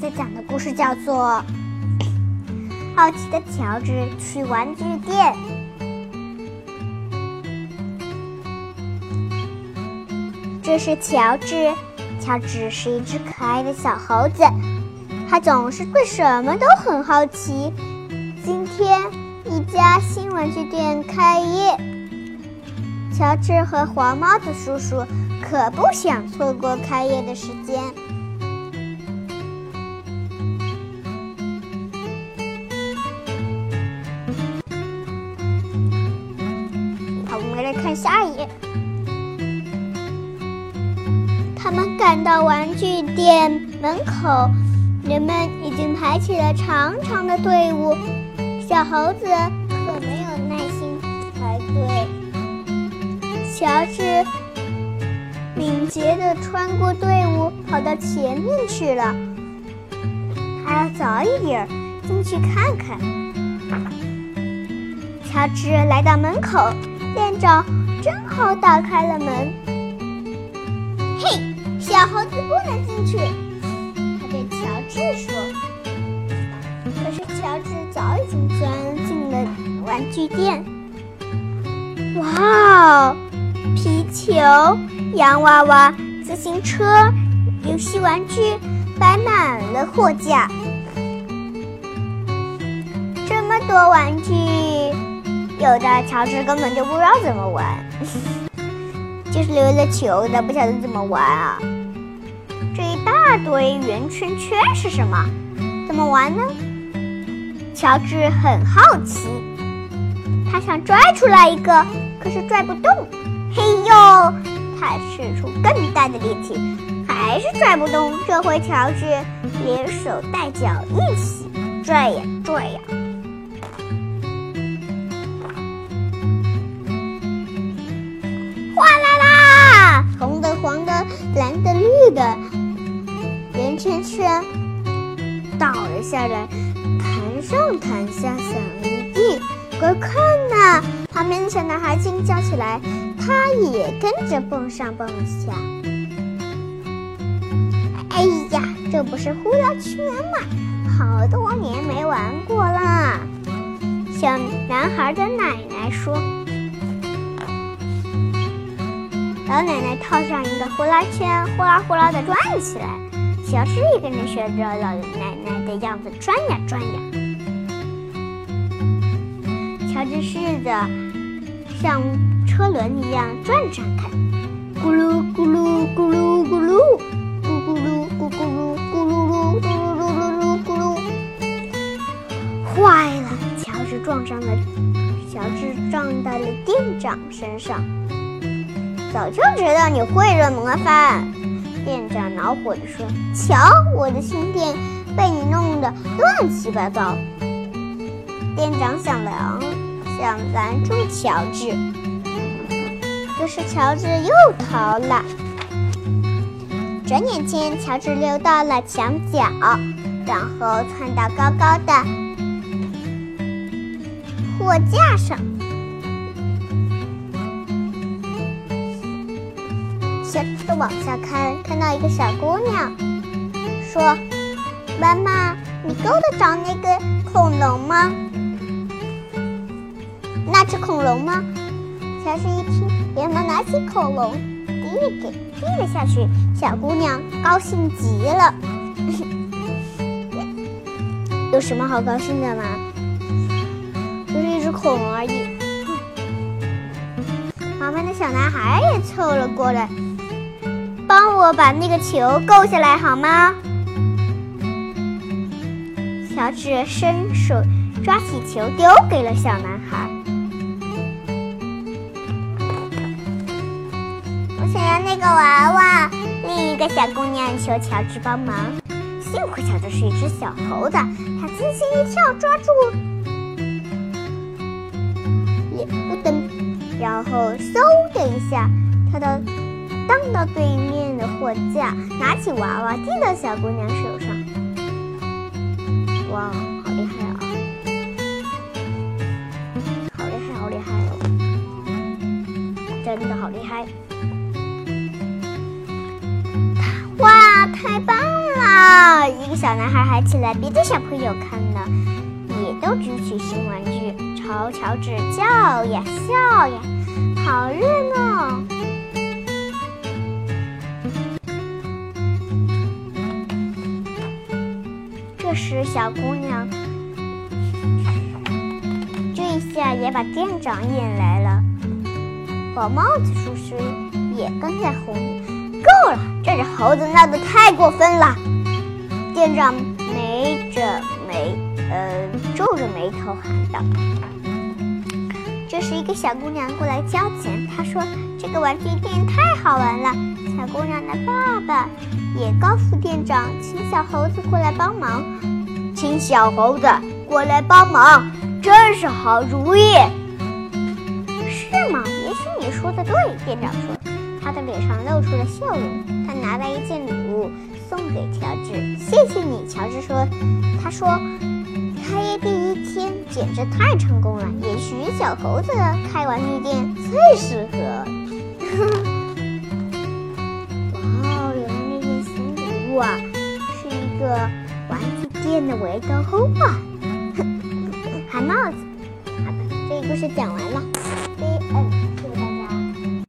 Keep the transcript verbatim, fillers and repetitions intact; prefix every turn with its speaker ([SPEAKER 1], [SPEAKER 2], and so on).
[SPEAKER 1] 在讲的故事叫做《好奇的乔治去玩具店》。这是乔治，乔治是一只可爱的小猴子，他总是对什么都很好奇。今天一家新玩具店开业，乔治和黄帽子叔叔可不想错过开业的时间。好，我们来看下一页。他们赶到玩具店门口，人们已经排起了长长的队伍。小猴子可没有耐心排队。乔治敏捷地穿过队伍，跑到前面去了。他要早一点进去看看。乔治来到门口，店长正好打开了门。嘿，小猴子不能进去，他对乔治说。可是乔治早已经钻进了玩具店。哇哦，皮球、洋娃娃、自行车、游戏玩具摆满了货架。这么多玩具，有的乔治根本就不知道怎么玩，就是留了球的，不晓得怎么玩啊。这一大堆圆圈圈是什么？怎么玩呢？乔治很好奇，他想拽出来一个，可是拽不动。嘿呦，他使出更大的力气，还是拽不动。这回乔治连手带脚一起拽呀拽呀。哗啦啦，红的、黄的、蓝的、绿的圆圈圈倒了下来，弹上弹下，响一地。快看呐！旁边的小男孩惊叫起来，他也跟着蹦上蹦下。哎呀，这不是呼啦圈吗？好多年没玩过了。小男孩的奶奶说。老奶奶套上一个呼啦圈，呼啦呼啦地转起来。乔治也跟着学着老奶奶的样子转呀转呀。乔治试着像车轮一样转转看，咕噜咕噜咕噜咕噜，咕咕噜咕咕噜咕噜噜咕噜噜噜噜咕噜。坏了！乔治撞上了，乔治撞到了店长身上。早就知道你会惹麻烦，店长恼火地说：“瞧，我的新店被你弄得乱七八糟。”店长想拦，想拦住乔治，可是乔治又逃了。转眼间，乔治溜到了墙角，然后窜到高高的货架上。乔治往下看，看到一个小姑娘，说：“妈妈，你够得着那个恐龙吗？那只恐龙吗？”乔治一听，连忙拿起恐龙递给递了下去。小姑娘高兴极了。有什么好高兴的吗？就是一只恐龙而已。旁边的小男孩也凑了过来。帮我把那个球够下来好吗？乔治伸手抓起球丢给了小男孩。我想要那个娃娃。另一个小姑娘求乔治帮忙。幸亏乔治是一只小猴子，他轻轻一跳抓住脸不蹬，然后嗖的一下跳到荡到对面的货架，拿起娃娃递到小姑娘手上。哇，好厉害啊！好厉害，好厉害哦！真的好厉害！哇，太棒了！ 哇！一个小男孩喊起来，别的小朋友看了，也都举起新玩具，朝乔治叫呀笑呀，好热闹。这时，小姑娘这一下也把店长引来了，黄帽子叔叔也跟在后面。够了，这只猴子闹得太过分了！店长没着眉，呃，皱着眉头喊道。这时，一个小姑娘过来交钱，她说：“这个玩具店太好玩了。”小姑娘的爸爸也告诉店长，请小猴子过来帮忙。请小猴子过来帮忙，真是好主意。是吗？也许你说的对，店长说。他的脸上露出了笑容，他拿来一件礼物送给乔治。谢谢你，乔治说。他说，开业第一天简直太成功了，也许小猴子开玩具店最适合。哇，原来那件新礼物啊，是一个玩具店的围兜啊！喊帽子。好的，这个故事讲完了。The end。